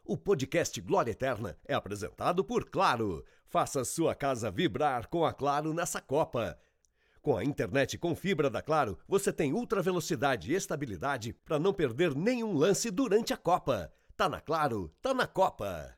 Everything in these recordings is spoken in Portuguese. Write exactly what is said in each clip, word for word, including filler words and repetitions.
O podcast Glória Eterna é apresentado por Claro. Faça sua casa vibrar com a Claro nessa Copa. Com a internet com fibra da Claro, você tem ultra velocidade e estabilidade para não perder nenhum lance durante a Copa. Tá na Claro, tá na Copa.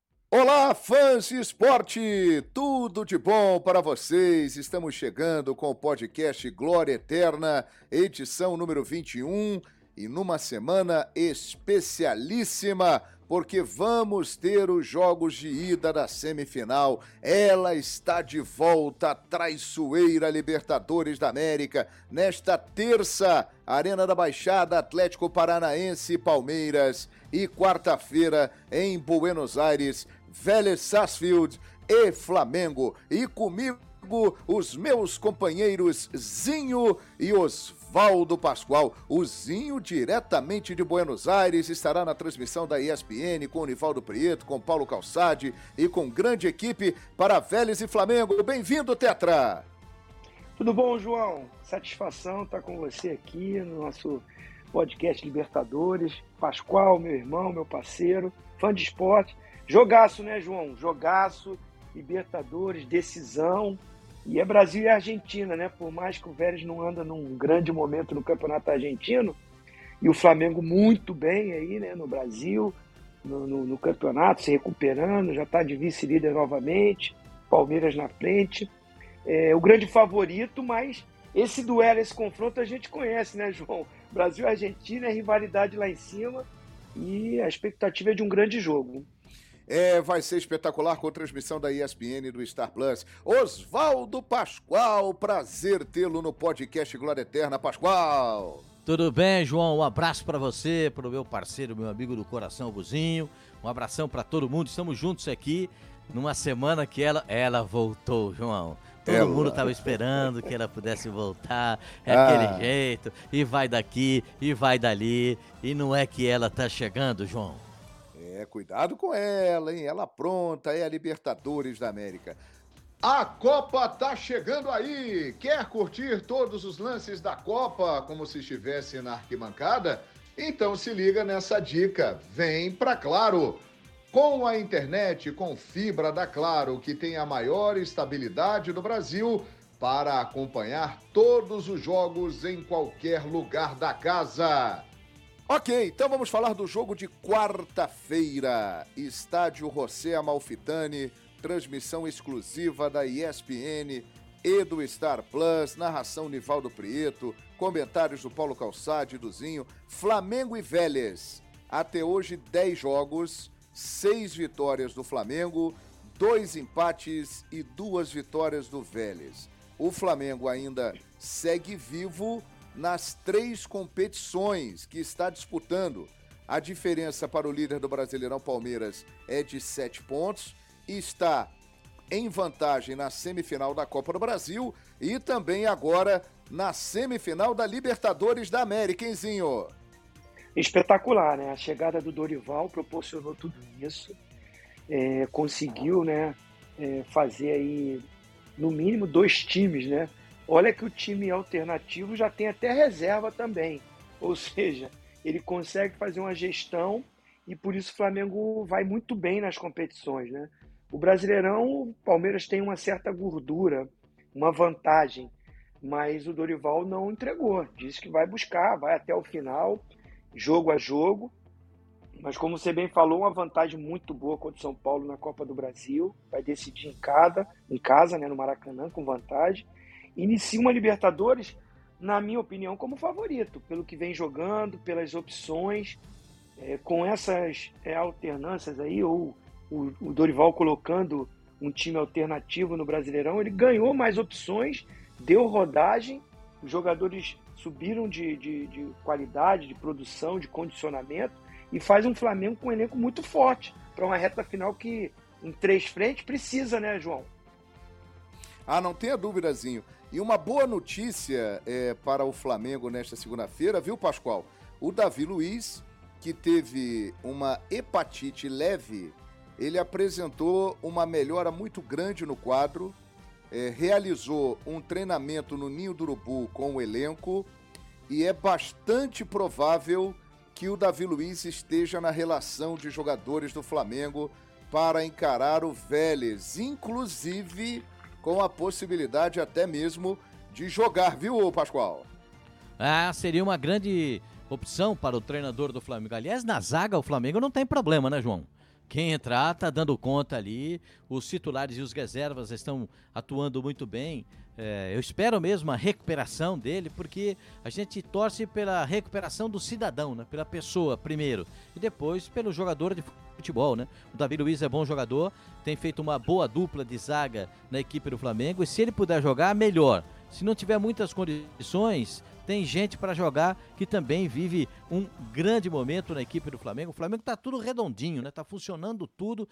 Olá, fãs de esporte! Tudo de bom para vocês? Estamos chegando com o podcast Glória Eterna, edição número vinte e um, e numa semana especialíssima, porque vamos ter os jogos de ida da semifinal. Ela está de volta, a traiçoeira Libertadores da América, nesta terça, Arena da Baixada, Atlético Paranaense e Palmeiras, e quarta-feira, em Buenos Aires, Vélez Sarsfield e Flamengo. E comigo, os meus companheiros Zinho e Osvaldo Pascoal. O Zinho, diretamente de Buenos Aires, estará na transmissão da E S P N com o Nivaldo Prieto, com Paulo Calçade e com grande equipe para Vélez e Flamengo. Bem-vindo, Tetra! Tudo bom, João? Satisfação estar com você aqui no nosso podcast Libertadores. Pascoal, meu irmão, meu parceiro, fã de esporte. Jogaço, né, João? Jogaço, Libertadores, decisão. E é Brasil e Argentina, né? Por mais que o Vélez não anda num grande momento no Campeonato Argentino, e o Flamengo muito bem aí, né, no Brasil, no, no, no campeonato, se recuperando, já está de vice-líder novamente, Palmeiras na frente. É o grande favorito, mas esse duelo, esse confronto a gente conhece, né, João? Brasil e Argentina, é rivalidade lá em cima e a expectativa é de um grande jogo. É, vai ser espetacular com a transmissão da E S P N e do Star Plus. Osvaldo Pascoal, prazer tê-lo no podcast Glória Eterna. Pascoal! Tudo bem, João? Um abraço para você, para o meu parceiro, meu amigo do coração, Buzinho. Um abração para todo mundo. Estamos juntos aqui numa semana que ela, ela voltou, João. Todo ela. mundo estava esperando que ela pudesse voltar, é ah. aquele jeito, e vai daqui, e vai dali, e não é que ela tá chegando, João. É, cuidado com ela, hein? Ela pronta, é a Libertadores da América. A Copa tá chegando aí! Quer curtir todos os lances da Copa como se estivesse na arquibancada? Então se liga nessa dica, vem pra Claro! Com a internet com fibra da Claro, que tem a maior estabilidade do Brasil, para acompanhar todos os jogos em qualquer lugar da casa. Ok, então vamos falar do jogo de quarta-feira. Estádio José Amalfitani, transmissão exclusiva da E S P N e do Star Plus, narração Nivaldo Prieto, comentários do Paulo Calçade e do Zinho. Flamengo e Vélez, até hoje dez jogos, seis vitórias do Flamengo, dois empates e duas vitórias do Vélez. O Flamengo ainda segue vivo nas três competições que está disputando. A diferença para o líder do Brasileirão, Palmeiras, é de sete pontos. Está em vantagem na semifinal da Copa do Brasil e também agora na semifinal da Libertadores da América, hein, Zinho? Espetacular, né? A chegada do Dorival proporcionou tudo isso. É, conseguiu, né, é, fazer aí, no mínimo, dois times, né? Olha que o time alternativo já tem até reserva também. Ou seja, ele consegue fazer uma gestão e por isso o Flamengo vai muito bem nas competições, né? O Brasileirão, o Palmeiras tem uma certa gordura, uma vantagem, mas o Dorival não entregou. Disse que vai buscar, vai até o final, jogo a jogo. Mas como você bem falou, uma vantagem muito boa contra o São Paulo na Copa do Brasil. Vai decidir em casa, em casa, né, no Maracanã, com vantagem. Inicia uma Libertadores, na minha opinião, como favorito, pelo que vem jogando, pelas opções, é, com essas é, alternâncias aí, ou o, o Dorival colocando um time alternativo no Brasileirão, ele ganhou mais opções, deu rodagem, os jogadores subiram de, de, de qualidade, de produção, de condicionamento, e faz um Flamengo com um elenco muito forte, para uma reta final que, em três frentes, precisa, né, João? Ah, não tenha dúvidazinho. E uma boa notícia é, para o Flamengo nesta segunda-feira, viu, Pascoal? O Davi Luiz, que teve uma hepatite leve, ele apresentou uma melhora muito grande no quadro, é, realizou um treinamento no Ninho do Urubu com o elenco e é bastante provável que o Davi Luiz esteja na relação de jogadores do Flamengo para encarar o Vélez, inclusive com a possibilidade até mesmo de jogar, viu, Pascoal? Ah, seria uma grande opção para o treinador do Flamengo. Aliás, na zaga o Flamengo não tem problema, né, João? Quem entrar tá dando conta ali, os titulares e os reservas estão atuando muito bem. É, eu espero mesmo a recuperação dele, porque a gente torce pela recuperação do cidadão, né? Pela pessoa primeiro, e depois pelo jogador de futebol, né? O Davi Luiz é bom jogador, tem feito uma boa dupla de zaga na equipe do Flamengo, e se ele puder jogar, melhor. Se não tiver muitas condições, tem gente para jogar que também vive um grande momento na equipe do Flamengo. O Flamengo tá tudo redondinho, né? Tá funcionando tudo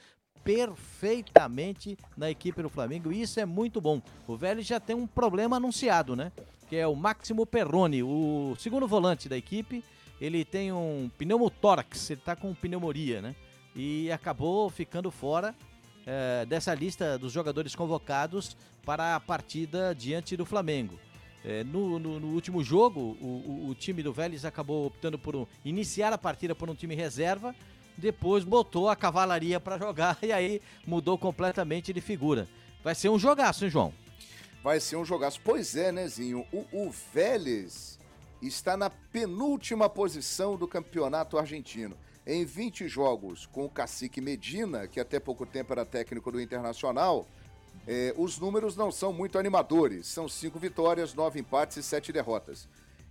perfeitamente na equipe do Flamengo, e isso é muito bom. O Vélez já tem um problema anunciado, né? Que é o Máximo Perrone, o segundo volante da equipe. Ele tem um pneumotórax, ele tá com pneumonia, né? E acabou ficando fora é, dessa lista dos jogadores convocados para a partida diante do Flamengo. É, no, no, no último jogo, o, o, o time do Vélez acabou optando por um, iniciar a partida por um time reserva, depois botou a cavalaria para jogar e aí mudou completamente de figura. Vai ser um jogaço, hein, João? Vai ser um jogaço. Pois é, né, Zinho? O, o Vélez está na penúltima posição do campeonato argentino. Em vinte jogos com o Cacique Medina, que até pouco tempo era técnico do Internacional, eh, os números não são muito animadores. São cinco vitórias, nove empates e sete derrotas.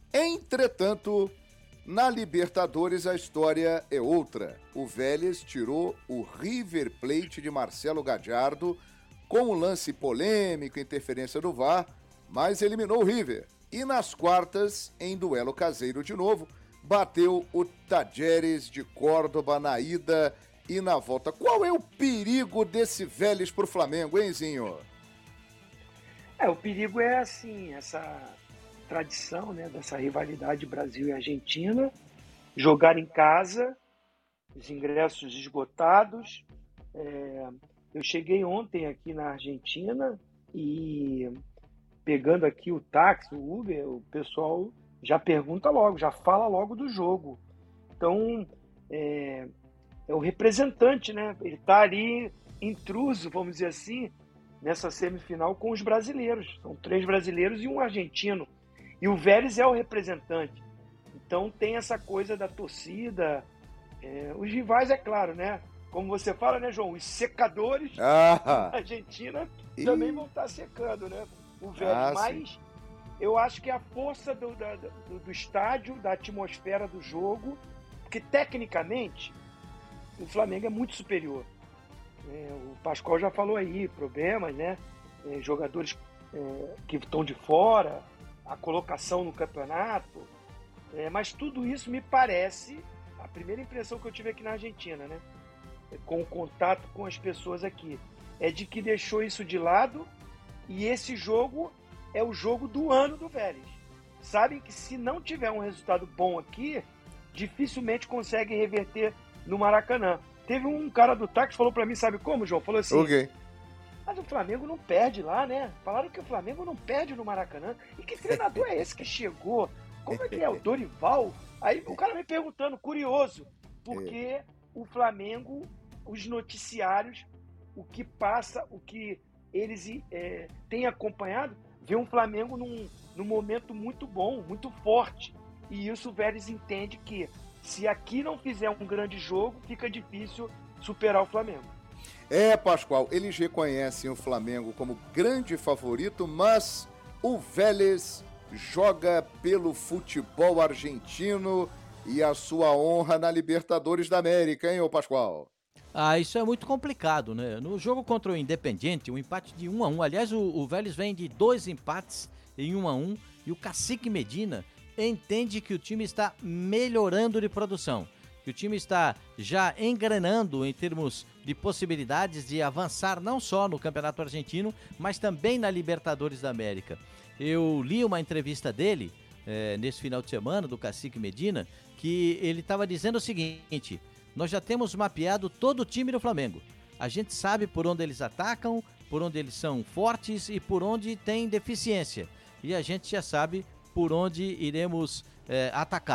Entretanto, na Libertadores a história é outra. O Vélez tirou o River Plate de Marcelo Gallardo com um lance polêmico, interferência do V A R, mas eliminou o River. E nas quartas, em duelo caseiro de novo, bateu o Tajeres de Córdoba na ida e na volta. Qual é o perigo desse Vélez pro Flamengo, hein, Zinho? É, o perigo é assim, essa tradição, né, dessa rivalidade Brasil e Argentina, jogar em casa, os ingressos esgotados. É, eu cheguei ontem aqui na Argentina e pegando aqui o táxi, o Uber, o pessoal já pergunta logo, já fala logo do jogo. Então, é, é o representante, né? Ele está ali intruso, vamos dizer assim, nessa semifinal com os brasileiros. São três brasileiros e um argentino. E o Vélez é o representante. Então tem essa coisa da torcida. É, os rivais, é claro, né? Como você fala, né, João? Os secadores ah. da Argentina Ih. também vão estar secando, né? O Vélez. Ah, mas sim. Eu acho que a força do, da, do, do estádio, da atmosfera do jogo, porque tecnicamente o Flamengo é muito superior. É, o Pascoal já falou aí, problemas, né? É, jogadores é, que estão de fora, a colocação no campeonato, é, mas tudo isso me parece, a primeira impressão que eu tive aqui na Argentina, né, com o contato com as pessoas aqui, é de que deixou isso de lado e esse jogo é o jogo do ano do Vélez. Sabem que se não tiver um resultado bom aqui, dificilmente consegue reverter no Maracanã. Teve um cara do táxi que falou pra mim, sabe como, João? Falou assim... Okay. Mas o Flamengo não perde lá, né? Falaram que o Flamengo não perde no Maracanã. E que treinador é esse que chegou? Como é que é? O Dorival? Aí o cara me perguntando, curioso, porque é. o Flamengo, os noticiários, o que passa, o que eles é, têm acompanhado, vê um Flamengo num, num momento muito bom, muito forte. E isso o Vélez entende que se aqui não fizer um grande jogo, fica difícil superar o Flamengo. É, Pascoal, eles reconhecem o Flamengo como grande favorito, mas o Vélez joga pelo futebol argentino e a sua honra na Libertadores da América, hein, ô Pascoal? Ah, isso é muito complicado, né? No jogo contra o Independiente, um empate de um a um. Aliás, o, o Vélez vem de dois empates em um a um e o Cacique Medina entende que o time está melhorando de produção, que o time está já engrenando em termos de possibilidades de avançar não só no Campeonato Argentino, mas também na Libertadores da América. Eu li uma entrevista dele é, nesse final de semana, do Cacique Medina, que ele estava dizendo o seguinte: nós já temos mapeado todo o time do Flamengo. A gente sabe por onde eles atacam, por onde eles são fortes e por onde tem deficiência. E a gente já sabe por onde iremos é, atacar.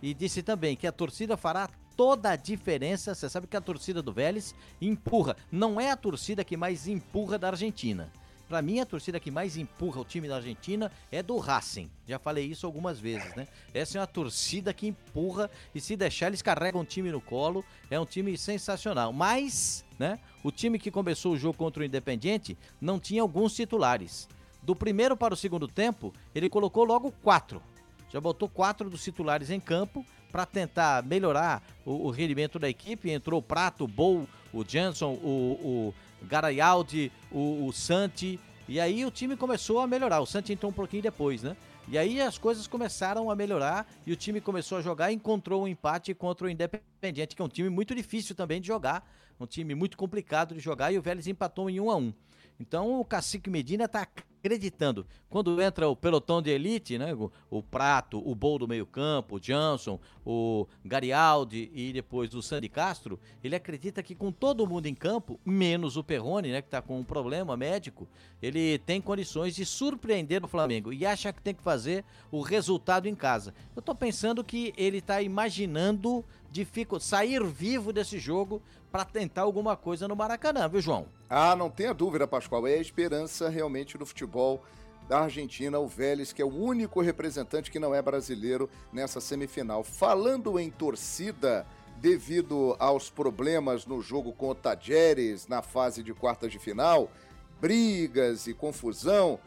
e disse também que a torcida fará toda a diferença. Você sabe que a torcida do Vélez empurra. Não é a torcida que mais empurra da Argentina. Para mim, a torcida que mais empurra o time da Argentina é do Racing. Já falei isso algumas vezes, né? Essa é uma torcida que empurra e se deixar, eles carregam o time no colo. É um time sensacional. Mas, né, o time que começou o jogo contra o Independiente não tinha alguns titulares. Do primeiro para o segundo tempo, ele colocou logo quatro. Já botou quatro dos titulares em campo para tentar melhorar o, o rendimento da equipe. Entrou o Prato, o Bou, o Janson, o... o Garayaldi, o, o Santi, e aí o time começou a melhorar. O Santi entrou um pouquinho depois, né? E aí as coisas começaram a melhorar e o time começou a jogar e encontrou um empate contra o Independiente, que é um time muito difícil também de jogar, um time muito complicado de jogar, e o Vélez empatou em um a um. Então o Cacique Medina tá acreditando. Quando entra o pelotão de elite, né, o, o Prato, o Bol do meio campo, o Janson, o Garialdi e depois o Sandy Castro, ele acredita que com todo mundo em campo, menos o Perrone, né, que tá com um problema médico, ele tem condições de surpreender o Flamengo e acha que tem que fazer o resultado em casa. Eu tô pensando que ele tá imaginando dificu- sair vivo desse jogo para tentar alguma coisa no Maracanã, viu, João? Ah, não tenha dúvida, Pascoal. É a esperança realmente do futebol da Argentina, o Vélez, que é o único representante que não é brasileiro nessa semifinal. Falando em torcida, devido aos problemas no jogo com o Tajeres na fase de quartas de final, brigas e confusão,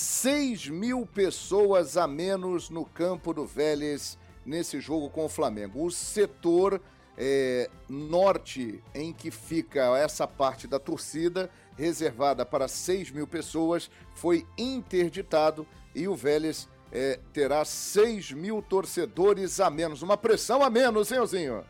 seis mil pessoas a menos no campo do Vélez nesse jogo com o Flamengo. O setor é, norte em que fica essa parte da torcida, reservada para seis mil pessoas, foi interditado e o Vélez é, terá seis mil torcedores a menos. Uma pressão a menos, hein, Ozinho?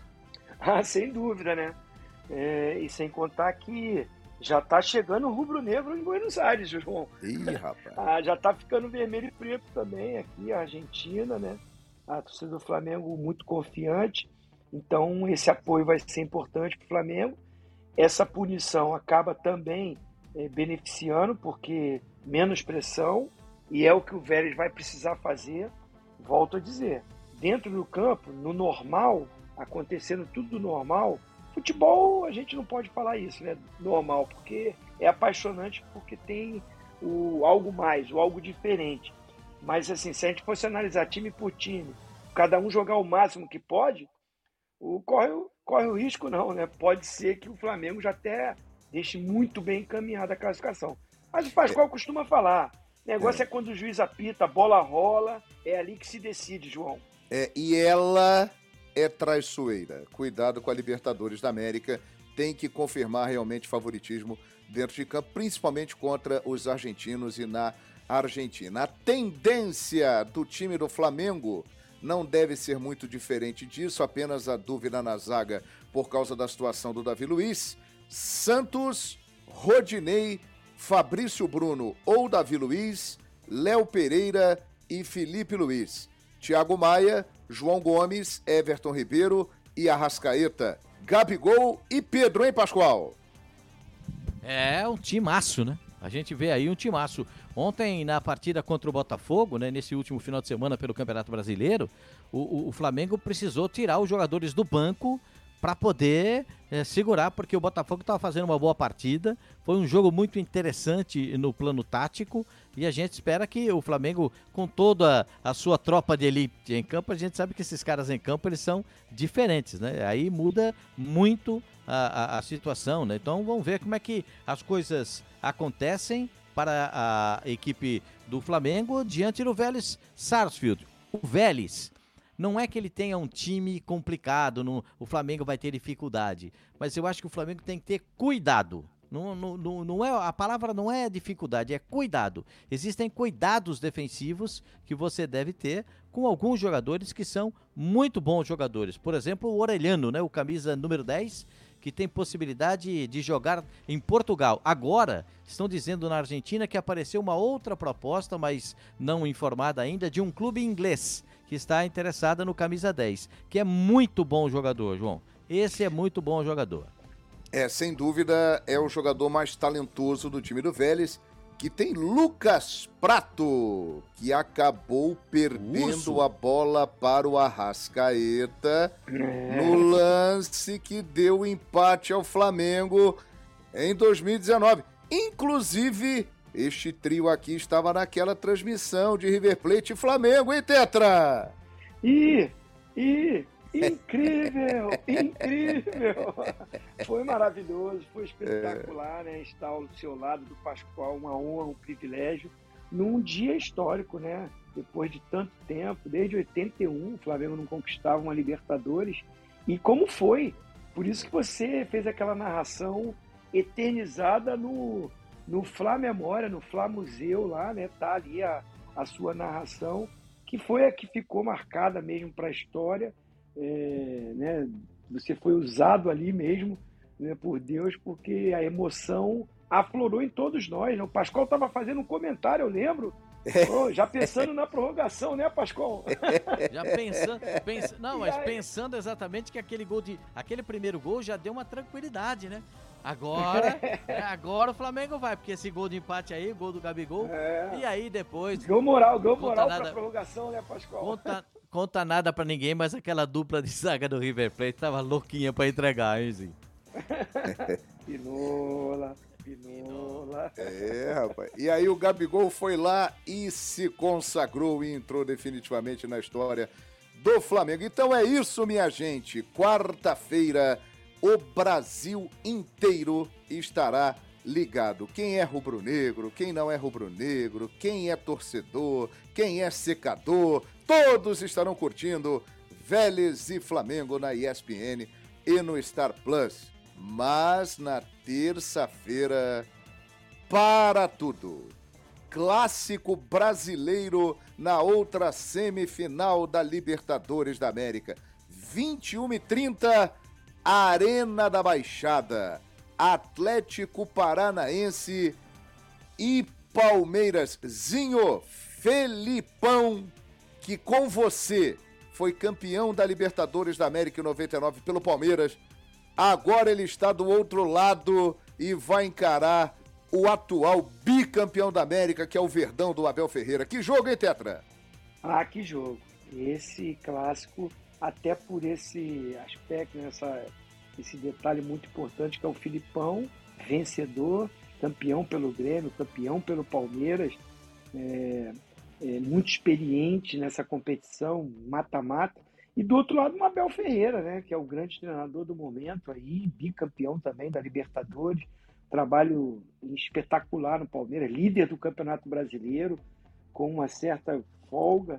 Ah, sem dúvida, né? É, e sem contar que já tá chegando o rubro-negro em Buenos Aires, João. Ih, rapaz. Ah, já tá ficando vermelho e preto também aqui, a Argentina, né? A torcida do Flamengo muito confiante. Então, esse apoio vai ser importante para o Flamengo. Essa punição acaba também é, beneficiando, porque menos pressão, e é o que o Vélez vai precisar fazer. Volto a dizer, dentro do campo, no normal, acontecendo tudo normal, futebol a gente não pode falar isso, né? Normal, porque é apaixonante, porque tem o algo mais, o algo diferente. Mas assim, se a gente fosse analisar time por time, cada um jogar o máximo que pode, o, corre, corre o risco não, né? Pode ser que o Flamengo já até deixe muito bem encaminhada a classificação. Mas o Pascoal é. costuma falar, o negócio é. é quando o juiz apita, a bola rola, é ali que se decide, João. É, e ela é traiçoeira. Cuidado com a Libertadores da América, tem que confirmar realmente favoritismo dentro de campo, principalmente contra os argentinos e na Argentina. A tendência do time do Flamengo não deve ser muito diferente disso, apenas a dúvida na zaga por causa da situação do Davi Luiz. Santos, Rodinei, Fabrício Bruno ou Davi Luiz, Léo Pereira e Felipe Luiz. Thiago Maia, João Gomes, Everton Ribeiro e Arrascaeta. Gabigol e Pedro, hein, Pascoal? É um timaço, né? A gente vê aí um timaço. Ontem, na partida contra o Botafogo, né, nesse último final de semana pelo Campeonato Brasileiro, o, o, o Flamengo precisou tirar os jogadores do banco para poder é, segurar, porque o Botafogo estava fazendo uma boa partida. Foi um jogo muito interessante no plano tático e a gente espera que o Flamengo, com toda a sua tropa de elite em campo, a gente sabe que esses caras em campo eles são diferentes, né? Aí muda muito a, a, a situação, né? Então vamos ver como é que as coisas acontecem para a equipe do Flamengo diante do Vélez Sarsfield. O Vélez não é que ele tenha um time complicado, no, o Flamengo vai ter dificuldade, mas eu acho que o Flamengo tem que ter cuidado. Não, não, não, não é, a palavra não é dificuldade, é cuidado. Existem cuidados defensivos que você deve ter com alguns jogadores que são muito bons jogadores. Por exemplo, o Orelhano, né, o camisa número dez, que tem possibilidade de jogar em Portugal. Agora, estão dizendo na Argentina que apareceu uma outra proposta, mas não informada ainda, de um clube inglês que está interessada no camisa dez, que é muito bom jogador, João. Esse é muito bom jogador. É, sem dúvida, é o jogador mais talentoso do time do Vélez, que tem Lucas Prato, que acabou perdendo Urso. a bola para o Arrascaeta É. no lance que deu o empate ao Flamengo em dois mil e dezenove. Inclusive, este trio aqui estava naquela transmissão de River Plate e Flamengo, hein, Tetra? Ih, ih, incrível, incrível. Foi maravilhoso, foi espetacular, né? Estar ao seu lado do Pascoal, uma honra, um privilégio, num dia histórico, né? Depois de tanto tempo, desde oitenta e um, o Flamengo não conquistava uma Libertadores. E como foi? Por isso que você fez aquela narração eternizada no, no Flá Memória, no Flá Museu lá, né? Tá ali a, a sua narração, que foi a que ficou marcada mesmo para a história. É, né? Você foi usado ali mesmo, né, por Deus, porque a emoção aflorou em todos nós, né? O Pascoal estava fazendo um comentário, eu lembro, oh, já pensando na prorrogação, né, Pascoal? Já pensando, pensa, não, mas E aí? pensando exatamente que aquele gol de, aquele primeiro gol já deu uma tranquilidade, né? Agora, é, agora o Flamengo vai, porque esse gol de empate aí, gol do Gabigol, É. e aí depois Deu moral, deu Conta moral nada. para a prorrogação, né, Pascoal? conta, conta nada pra ninguém, mas aquela dupla de zaga do River Plate tava louquinha pra entregar, hein, Zinho? Pinola, Pinola. É, rapaz. E aí o Gabigol foi lá e se consagrou e entrou definitivamente na história do Flamengo. Então é isso, minha gente. Quarta-feira, o Brasil inteiro estará ligado. Quem é rubro-negro, quem não é rubro-negro, quem é torcedor, quem é secador, todos estarão curtindo Vélez e Flamengo na E S P N e no Star Plus. Mas na terça-feira, para tudo. Clássico brasileiro na outra semifinal da Libertadores da América. vinte e uma e trinta, Arena da Baixada. Atlético Paranaense e Palmeiras. Zinho, Felipão, que com você foi campeão da Libertadores da América em noventa e nove pelo Palmeiras. Agora ele está do outro lado e vai encarar o atual bicampeão da América, que é o Verdão do Abel Ferreira. Que jogo, hein, Tetra? Ah, que jogo. Esse clássico, até por esse aspecto, né, essa, esse detalhe muito importante, que é o Filipão, vencedor, campeão pelo Grêmio, campeão pelo Palmeiras, é, é, muito experiente nessa competição, mata-mata. E do outro lado, o Abel Ferreira, né, que é o grande treinador do momento, aí, bicampeão também da Libertadores, trabalho espetacular no Palmeiras, líder do Campeonato Brasileiro, com uma certa folga.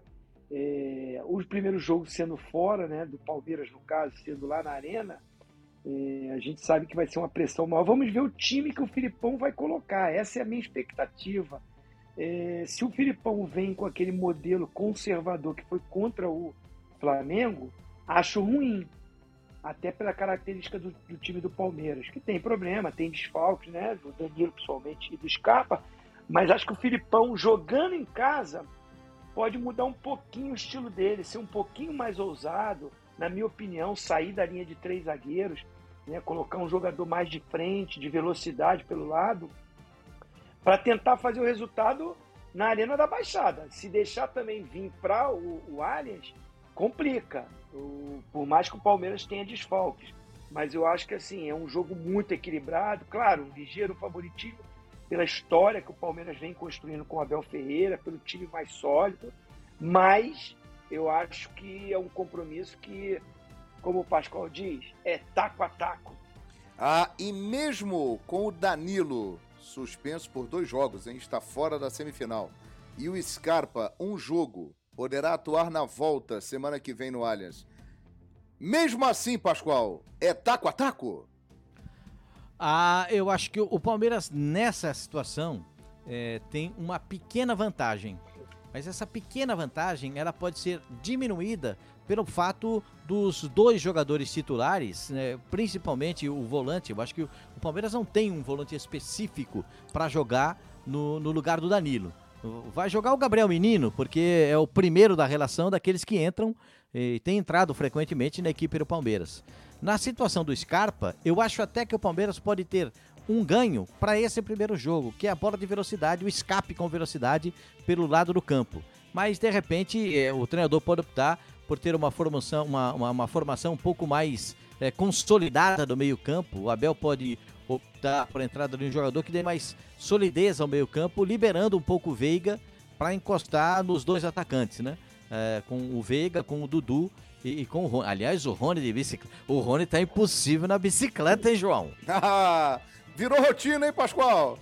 É, os primeiros jogos sendo fora, né, do Palmeiras, no caso, sendo lá na Arena, é, a gente sabe que vai ser uma pressão maior. Vamos ver o time que o Filipão vai colocar, essa é a minha expectativa. É, se o Filipão vem com aquele modelo conservador que foi contra o Flamengo, acho ruim, até pela característica do, do time do Palmeiras, que tem problema, tem desfalques, né, do Danilo principalmente e do Scarpa, mas acho que o Filipão jogando em casa pode mudar um pouquinho o estilo dele, ser um pouquinho mais ousado, na minha opinião, sair da linha de três zagueiros, né, colocar um jogador mais de frente, de velocidade pelo lado, para tentar fazer o resultado na Arena da Baixada. Se deixar também vir para o, o Allianz, complica, o, por mais que o Palmeiras tenha desfalques. Mas eu acho que assim, é um jogo muito equilibrado, claro, um ligeiro favoritismo pela história que o Palmeiras vem construindo com o Abel Ferreira, pelo time mais sólido, mas eu acho que é um compromisso que, como o Pascoal diz, é taco a taco. Ah, e mesmo com o Danilo suspenso por dois jogos, hein, está fora da semifinal, e o Scarpa, um jogo, poderá atuar na volta semana que vem no Allianz. Mesmo assim, Pascoal, é taco a taco? Ah, eu acho que o Palmeiras, nessa situação, é, tem uma pequena vantagem. Mas essa pequena vantagem, ela pode ser diminuída pelo fato dos dois jogadores titulares, né, principalmente o volante. Eu acho que o Palmeiras não tem um volante específico para jogar no, no lugar do Danilo. Vai jogar o Gabriel Menino, porque é o primeiro da relação daqueles que entram e tem entrado frequentemente na equipe do Palmeiras. Na situação do Scarpa, eu acho até que o Palmeiras pode ter um ganho para esse primeiro jogo, que é a bola de velocidade, o escape com velocidade pelo lado do campo. Mas, de repente, é, o treinador pode optar por ter uma formação, uma, uma, uma formação um pouco mais é, consolidada do meio campo. O Abel pode optar por a entrada de um jogador que dê mais solidez ao meio campo, liberando um pouco o Veiga para encostar nos dois atacantes, né? É, com o Veiga, com o Dudu e, e com o Rony. Aliás, o Rony de bicicleta. O Rony tá impossível na bicicleta, hein, João? Virou rotina, hein, Pascoal?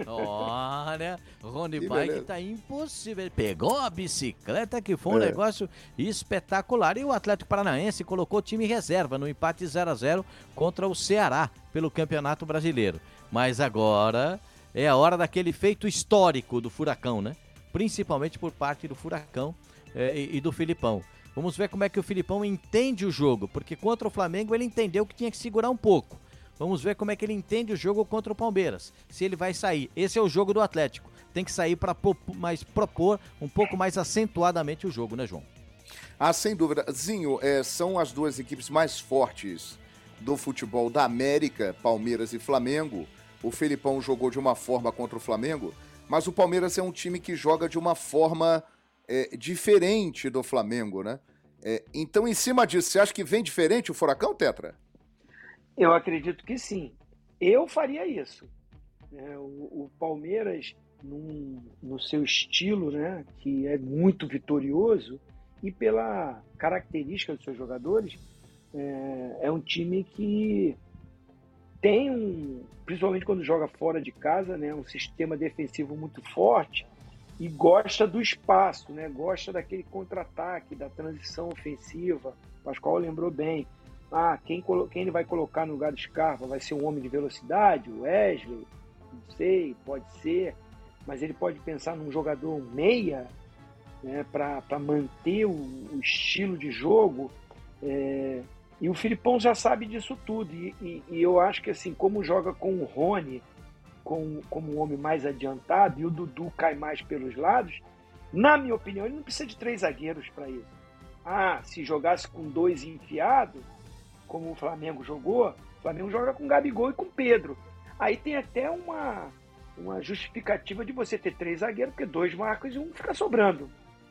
Olha, Rony Que Bike beleza. tá impossível. Ele pegou a bicicleta, que foi um É. negócio espetacular. E o Atlético Paranaense colocou time reserva no empate zero a zero contra o Ceará pelo Campeonato Brasileiro. Mas agora é a hora daquele feito histórico do Furacão, né? Principalmente por parte do Furacão é, e, e do Filipão. Vamos ver como é que o Filipão entende o jogo, porque contra o Flamengo ele entendeu que tinha que segurar um pouco. Vamos ver como é que ele entende o jogo contra o Palmeiras, se ele vai sair. Esse é o jogo do Atlético, tem que sair para mais propor um pouco mais acentuadamente o jogo, né, João? Ah, sem dúvida. Zinho, é, são as duas equipes mais fortes do futebol da América, Palmeiras e Flamengo. O Felipão jogou de uma forma contra o Flamengo, mas o Palmeiras é um time que joga de uma forma é, diferente do Flamengo, né? É, então, em cima disso, você acha que vem diferente o Furacão, Tetra? Eu acredito que sim. Eu faria isso. É, o, o Palmeiras, num, no seu estilo, né, que é muito vitorioso, e pela característica dos seus jogadores, é, é um time que tem um, principalmente quando joga fora de casa, né, um sistema defensivo muito forte e gosta do espaço, né, gosta daquele contra-ataque, da transição ofensiva. O Pascoal lembrou bem. Ah, quem, quem ele vai colocar no lugar do Scarpa? Vai ser um homem de velocidade? O Wesley? Não sei, pode ser. Mas ele pode pensar num jogador meia, né, para manter o, o estilo de jogo. É, e o Filipão já sabe disso tudo. E, e, e eu acho que, assim, como joga com o Rony, com, como um homem mais adiantado, e o Dudu cai mais pelos lados, na minha opinião, ele não precisa de três zagueiros para isso. Ah, se jogasse com dois enfiados, como o Flamengo jogou, o Flamengo joga com Gabigol e com Pedro. Aí tem até uma, uma justificativa de você ter três zagueiros, porque dois marcos e um fica sobrando.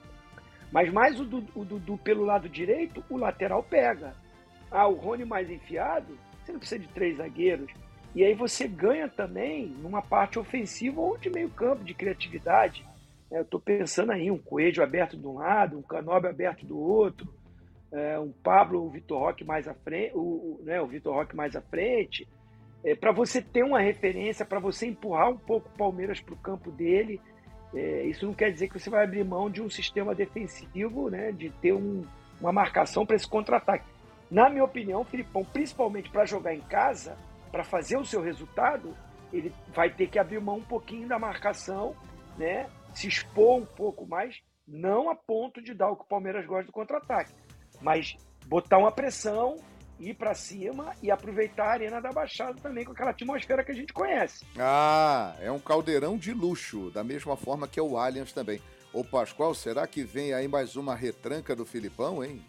Mas mais o Dudu, o Dudu pelo lado direito, o lateral pega. Ah, o Rony mais enfiado, você não precisa de três zagueiros. E aí você ganha também numa parte ofensiva ou de meio campo, de criatividade. Eu estou pensando aí, um Coelho aberto de um lado, um Canóbio aberto do outro, É, um Pablo, o Vitor Roque mais à frente, o, o, né, o Vitor Roque mais à frente, é, para você ter uma referência, para você empurrar um pouco o Palmeiras para o campo dele. É, isso não quer dizer que você vai abrir mão de um sistema defensivo, né, de ter um, uma marcação para esse contra-ataque. Na minha opinião, o Filipão, principalmente para jogar em casa, para fazer o seu resultado, ele vai ter que abrir mão um pouquinho da marcação, né, se expor um pouco mais, não a ponto de dar o que o Palmeiras gosta do contra-ataque, mas botar uma pressão, ir para cima e aproveitar a Arena da Baixada também com aquela atmosfera que a gente conhece. Ah, é um caldeirão de luxo, da mesma forma que é o Allianz também. Ô Pascoal, será que vem aí mais uma retranca do Filipão, hein?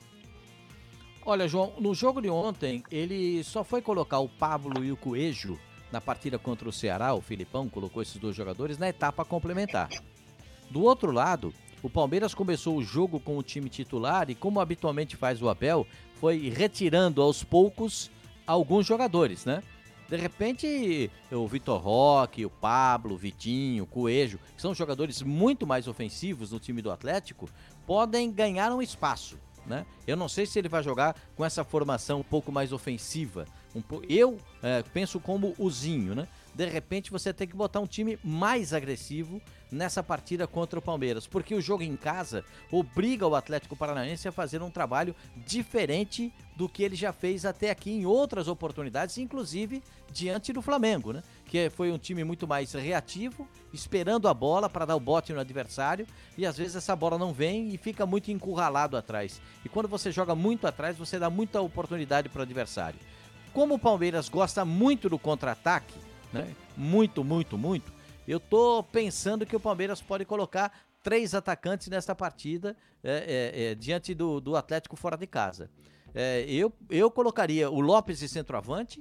Olha, João, no jogo de ontem, ele só foi colocar o Pablo e o Coelho na partida contra o Ceará. O Filipão colocou esses dois jogadores na etapa complementar. Do outro lado, o Palmeiras começou o jogo com o time titular e, como habitualmente faz o Abel, foi retirando aos poucos alguns jogadores, né? De repente, o Vitor Roque, o Pablo, o Vitinho, o Coelho, que são jogadores muito mais ofensivos no time do Atlético, podem ganhar um espaço, né? Eu não sei se ele vai jogar com essa formação um pouco mais ofensiva. Um po... Eu é, penso como o Zinho, né? De repente você tem que botar um time mais agressivo nessa partida contra o Palmeiras, porque o jogo em casa obriga o Atlético Paranaense a fazer um trabalho diferente do que ele já fez até aqui em outras oportunidades, inclusive diante do Flamengo, né? Que foi um time muito mais reativo, esperando a bola para dar o bote no adversário, e às vezes essa bola não vem e fica muito encurralado atrás. E quando você joga muito atrás, você dá muita oportunidade para o adversário. Como o Palmeiras gosta muito do contra-ataque, né? Muito, muito, muito, eu tô pensando que o Palmeiras pode colocar três atacantes nesta partida é, é, é, diante do, do Atlético fora de casa. É, eu, eu colocaria o Lopes de centroavante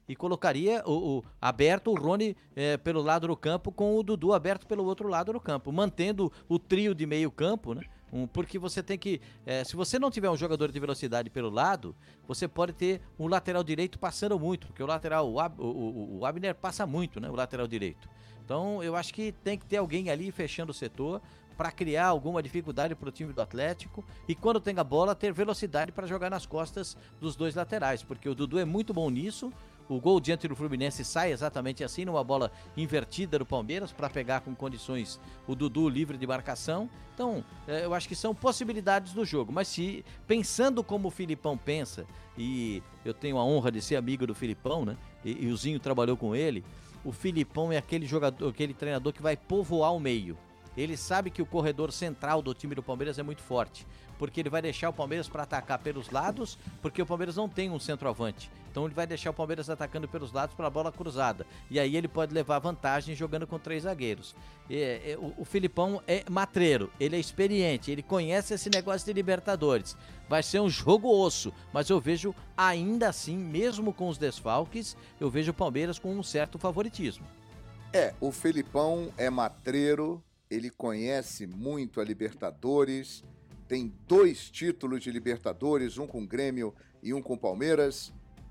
e colocaria o, o aberto o Rony é, pelo lado do campo com o Dudu aberto pelo outro lado do campo, mantendo o trio de meio campo, né? Um, porque você tem que, é, se você não tiver um jogador de velocidade pelo lado, você pode ter um lateral direito passando muito, porque o lateral, o, Ab, o, o, o Abner passa muito, né? O lateral direito. Então eu acho que tem que ter alguém ali fechando o setor para criar alguma dificuldade para o time do Atlético e quando tem a bola ter velocidade para jogar nas costas dos dois laterais, porque o Dudu é muito bom nisso. O gol diante do Fluminense sai exatamente assim, numa bola invertida do Palmeiras para pegar com condições o Dudu livre de marcação. Então, eu acho que são possibilidades do jogo, mas se pensando como o Filipão pensa, e eu tenho a honra de ser amigo do Filipão, né? E, e o Zinho trabalhou com ele. O Filipão é aquele jogador, aquele treinador que vai povoar o meio. Ele sabe que o corredor central do time do Palmeiras é muito forte, porque ele vai deixar o Palmeiras para atacar pelos lados, porque o Palmeiras não tem um centroavante. Então ele vai deixar o Palmeiras atacando pelos lados pela bola cruzada. E aí ele pode levar vantagem jogando com três zagueiros. E, e, o, o Filipão é matreiro, ele é experiente, ele conhece esse negócio de Libertadores. Vai ser um jogo osso, mas eu vejo ainda assim, mesmo com os desfalques, eu vejo o Palmeiras com um certo favoritismo. É, o Filipão é matreiro, ele conhece muito a Libertadores, tem dois títulos de Libertadores, um com o Grêmio e um com o Palmeiras.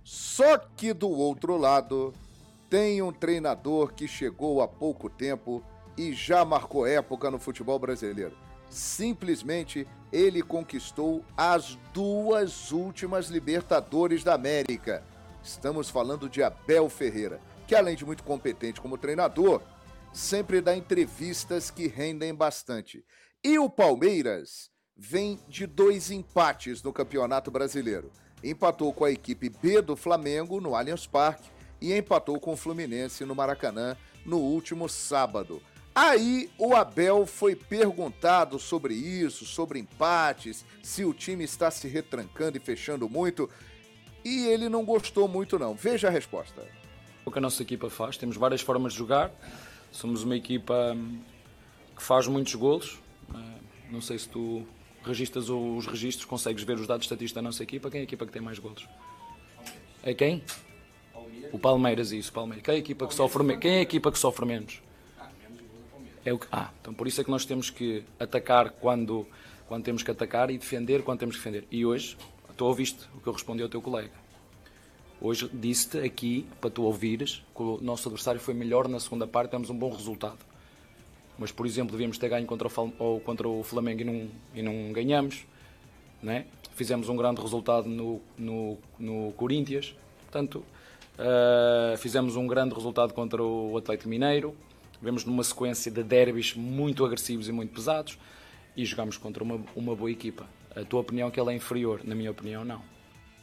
Só que do outro lado tem um treinador que chegou há pouco tempo e já marcou época no futebol brasileiro. Simplesmente ele conquistou as duas últimas Libertadores da América. Estamos falando de Abel Ferreira, que além de muito competente como treinador, sempre dá entrevistas que rendem bastante. E o Palmeiras vem de dois empates no Campeonato Brasileiro. Empatou com a equipe B do Flamengo no Allianz Parque e empatou com o Fluminense no Maracanã no último sábado. Aí o Abel foi perguntado sobre isso, sobre empates, se o time está se retrancando e fechando muito, e ele não gostou muito não. Veja a resposta. O que a nossa equipa faz, temos várias formas de jogar, somos uma equipa que faz muitos golos, não sei se tu registras os registros, consegues ver os dados estatísticos da nossa equipa. Quem é a equipa que tem mais golos? É quem? O Palmeiras, isso, Palmeiras. Quem é a equipa que sofre menos? Quem é a equipa que sofre menos? É o que... Ah, então por isso é que nós temos que atacar quando, quando temos que atacar e defender quando temos que defender. E hoje, tu ouviste o que eu respondi ao teu colega. Hoje disse-te aqui, para tu ouvires, que o nosso adversário foi melhor na segunda parte, temos um bom resultado. Mas, por exemplo, devíamos ter ganho contra o, ou contra o Flamengo e não, e não ganhamos, né? Fizemos um grande resultado no, no, no Corinthians, portanto, uh, fizemos um grande resultado contra o Atlético Mineiro, vemos numa sequência de derbys muito agressivos e muito pesados e jogamos contra uma, uma boa equipa. A tua opinião é que ela é inferior, na minha opinião, não.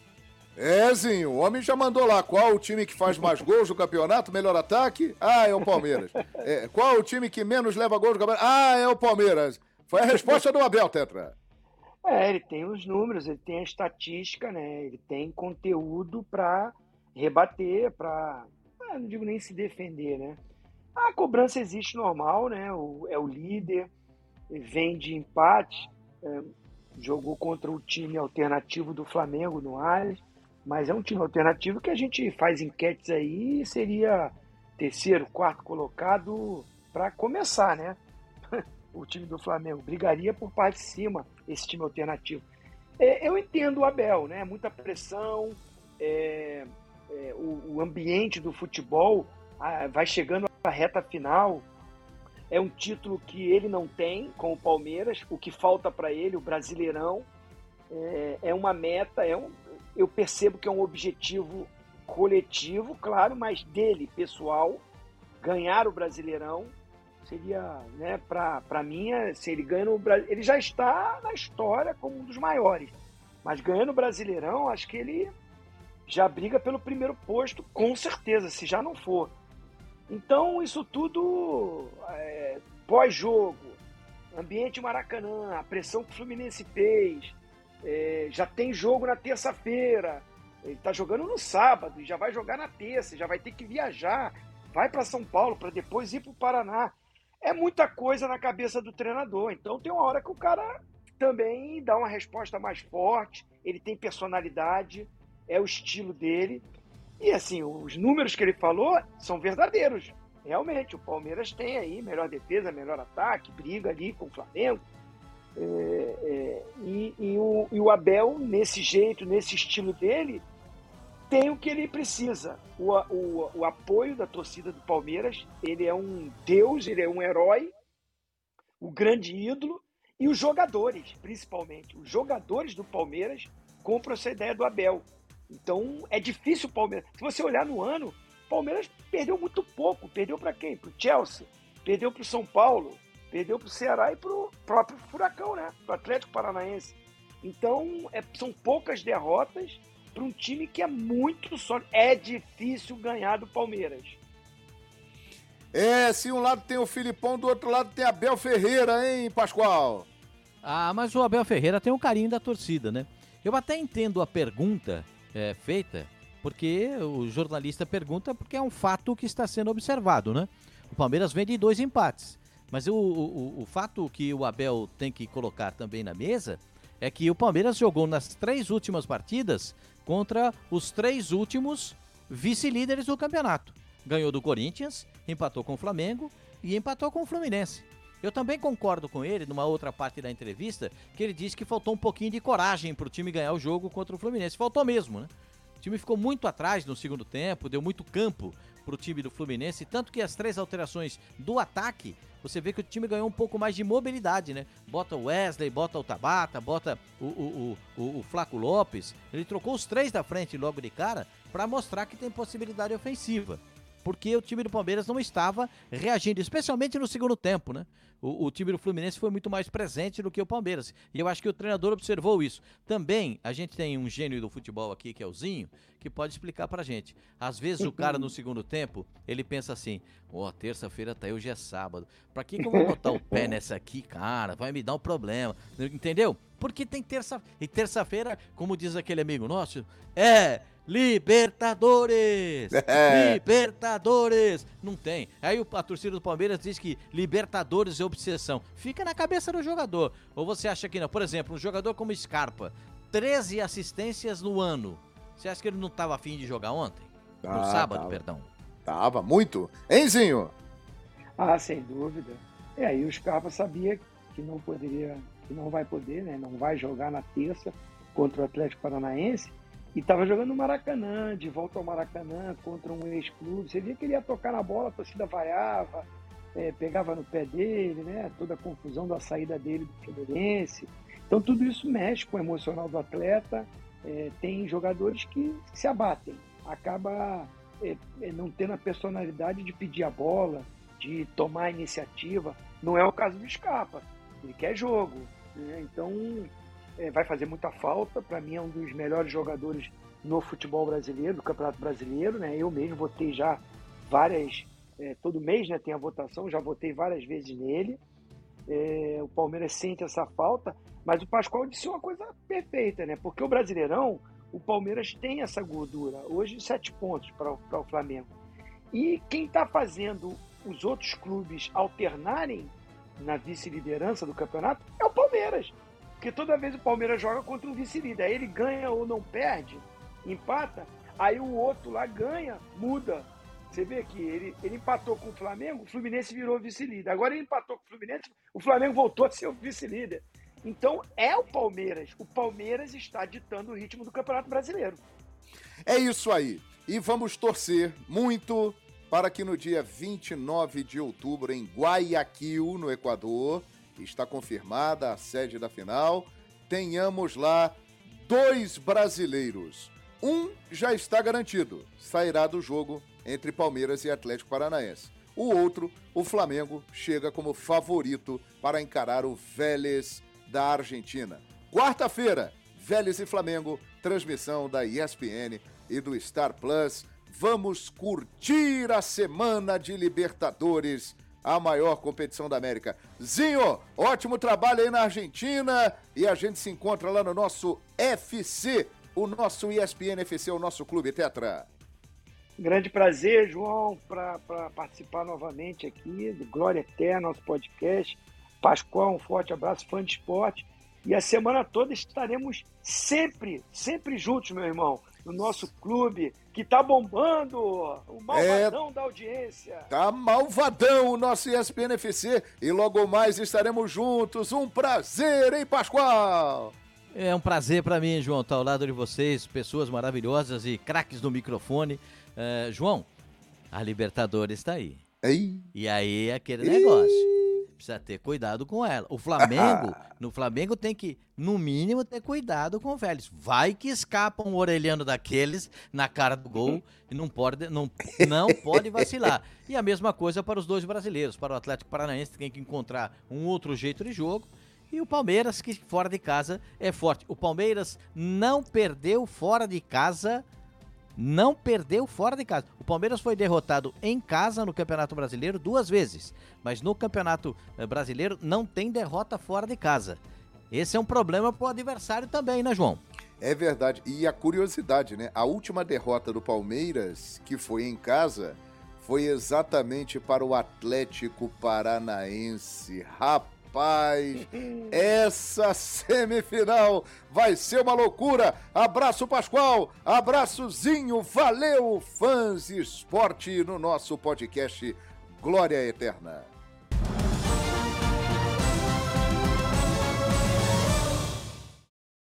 É, Zinho, o homem já mandou lá. Qual o time que faz mais gols no campeonato? Melhor ataque? Ah, é o Palmeiras. É, qual o time que menos leva gols no campeonato? Ah, é o Palmeiras. Foi a resposta do Abel, Tetra. É, ele tem os números, ele tem a estatística, né? Ele tem conteúdo para rebater, para, não digo nem se defender, né? A cobrança existe normal, né? O, é o líder, vem de empate, é, jogou contra o time alternativo do Flamengo no Allianz. Mas é um time alternativo que a gente faz enquetes aí, seria terceiro, quarto colocado para começar, né? O time do Flamengo brigaria por parte de cima, esse time alternativo. É, eu entendo o Abel, né? Muita pressão, é, é, o, o ambiente do futebol a, vai chegando à reta final. É um título que ele não tem com o Palmeiras, o que falta para ele, o Brasileirão. É, é uma meta, é um... Eu percebo que é um objetivo coletivo, claro, mas dele, pessoal, ganhar o Brasileirão seria, né, para mim, se ele ganha no Brasileirão, ele já está na história como um dos maiores, mas ganhando o Brasileirão, acho que ele já briga pelo primeiro posto, com certeza, se já não for. Então, isso tudo, é, pós-jogo, ambiente Maracanã, a pressão que o Fluminense fez, É, já tem jogo na terça-feira, ele está jogando no sábado e já vai jogar na terça, já vai ter que viajar, vai para São Paulo para depois ir para o Paraná. É muita coisa na cabeça do treinador, então tem uma hora que o cara também dá uma resposta mais forte, ele tem personalidade, é o estilo dele, E assim, os números que ele falou são verdadeiros. Realmente, o Palmeiras tem aí melhor defesa, melhor ataque, briga ali com o Flamengo. É, é, e, e, o, e o Abel, nesse jeito, nesse estilo dele, tem o que ele precisa. O, o, o apoio da torcida do Palmeiras. Ele é um deus, ele é um herói, o grande ídolo. E os jogadores, principalmente. Os jogadores do Palmeiras compram essa ideia do Abel. Então, é difícil o Palmeiras. Se você olhar no ano, o Palmeiras perdeu muito pouco. Perdeu para quem? Para o Chelsea. Perdeu para o São Paulo. Perdeu para o Ceará e para o próprio Furacão, né? Para o Atlético Paranaense. Então, é, são poucas derrotas para um time que é muito sólido. É difícil ganhar do Palmeiras. É, se um lado tem o Filipão, do outro lado tem Abel Ferreira, hein, Pascoal? Ah, mas o Abel Ferreira tem um carinho da torcida, né? Eu até entendo a pergunta é, feita, porque o jornalista pergunta porque é um fato que está sendo observado, né? O Palmeiras vem de dois empates. Mas o, o, o fato que o Abel tem que colocar também na mesa é que o Palmeiras jogou nas três últimas partidas contra os três últimos vice-líderes do campeonato. Ganhou do Corinthians, empatou com o Flamengo e empatou com o Fluminense. Eu também concordo com ele, numa outra parte da entrevista, que ele disse que faltou um pouquinho de coragem para o time ganhar o jogo contra o Fluminense. Faltou mesmo, né? O time ficou muito atrás no segundo tempo, deu muito campo para o time do Fluminense, tanto que as três alterações do ataque, você vê que o time ganhou um pouco mais de mobilidade, né? Bota o Wesley, bota o Tabata, bota o, o, o, o, o Flaco Lopes. Ele trocou os três da frente logo de cara para mostrar que tem possibilidade ofensiva. Porque o time do Palmeiras não estava reagindo, especialmente no segundo tempo, né? O, o time do Fluminense foi muito mais presente do que o Palmeiras. E eu acho que o treinador observou isso. Também, a gente tem um gênio do futebol aqui, que é o Zinho, que pode explicar pra gente. Às vezes o cara no segundo tempo, ele pensa assim, ó, oh, terça-feira tá aí, hoje é sábado. Pra que que eu vou botar o pé nessa aqui, cara? Vai me dar um problema. Entendeu? Porque tem terça... E terça-feira, como diz aquele amigo nosso, é... Libertadores! É. Libertadores! Não tem. Aí a torcida do Palmeiras diz que Libertadores é obsessão. Fica na cabeça do jogador. Ou você acha que não? Por exemplo, um jogador como Scarpa, treze assistências no ano. Você acha que ele não estava afim de jogar ontem? Ah, no sábado, tava. perdão. Tava, muito. Enzinho? Ah, sem dúvida. É, aí o Scarpa sabia que não poderia, que não vai poder, né? Não vai jogar na terça contra o Atlético Paranaense. E estava jogando no Maracanã, de volta ao Maracanã, contra um ex-clube. Você via que ele ia tocar na bola, a torcida vaiava, é, pegava no pé dele, né? Toda a confusão da saída dele do Fluminense. Então tudo isso mexe com o emocional do atleta. É, tem jogadores que se abatem, acaba é, não tendo a personalidade de pedir a bola, de tomar a iniciativa. Não é o caso do Scarpa, ele quer jogo, né? Então... É, vai fazer muita falta. Para mim é um dos melhores jogadores no futebol brasileiro, do Campeonato Brasileiro, né? Eu mesmo votei já várias, é, todo mês, né, tem a votação, já votei várias vezes nele. É, o Palmeiras sente essa falta, mas o Pascoal disse uma coisa perfeita, né? Porque o Brasileirão, o Palmeiras tem essa gordura, hoje sete pontos para o Flamengo. E quem está fazendo os outros clubes alternarem na vice-liderança do campeonato é o Palmeiras. Porque toda vez o Palmeiras joga contra um vice-líder. Aí ele ganha ou não perde, empata, aí o outro lá ganha, muda. Você vê que ele, ele empatou com o Flamengo, o Fluminense virou vice-líder. Agora ele empatou com o Fluminense, o Flamengo voltou a ser o vice-líder. Então é o Palmeiras. O Palmeiras está ditando o ritmo do Campeonato Brasileiro. É isso aí. E vamos torcer muito para que no dia vinte e nove de outubro, em Guayaquil, no Equador, está confirmada a sede da final, tenhamos lá dois brasileiros. Um já está garantido, sairá do jogo entre Palmeiras e Atlético Paranaense. O outro, o Flamengo, chega como favorito para encarar o Vélez da Argentina. Quarta-feira, Vélez e Flamengo, transmissão da E S P N e do Star Plus. Vamos curtir a semana de Libertadores, a maior competição da América. Zinho, ótimo trabalho aí na Argentina e a gente se encontra lá no nosso F C, o nosso E S P N F C, o nosso clube Tetra. Grande prazer, João, para participar novamente aqui do Glória Eterna, nosso podcast. Pascoal, um forte abraço, fã de esporte. E a semana toda estaremos sempre, sempre juntos, meu irmão. no nosso clube, que tá bombando, o malvadão é, da audiência. Tá malvadão o nosso E S P N F C, e logo mais estaremos juntos. Um prazer, hein, Pascoal? É um prazer para mim, João, estar ao lado de vocês, pessoas maravilhosas e craques do microfone. Uh, João, a Libertadores está aí. Ei. E aí é aquele Ei. negócio. Precisa ter cuidado com ela. O Flamengo, no Flamengo tem que, no mínimo, ter cuidado com o Vélez. Vai que escapa um orelhano daqueles na cara do gol e não pode, não, não pode vacilar. E a mesma coisa para os dois brasileiros. Para o Atlético Paranaense tem que encontrar um outro jeito de jogo. E o Palmeiras, que fora de casa é forte. O Palmeiras não perdeu fora de casa Não perdeu fora de casa. O Palmeiras foi derrotado em casa no Campeonato Brasileiro duas vezes, mas no Campeonato Brasileiro não tem derrota fora de casa. Esse é um problema pro adversário também, né, João? É verdade. E a curiosidade, né? A última derrota do Palmeiras, que foi em casa, foi exatamente para o Atlético Paranaense. Rapaz! Rapaz, essa semifinal vai ser uma loucura. Abraço, Pascoal, abraçozinho, valeu, fãs de esporte no nosso podcast Glória Eterna.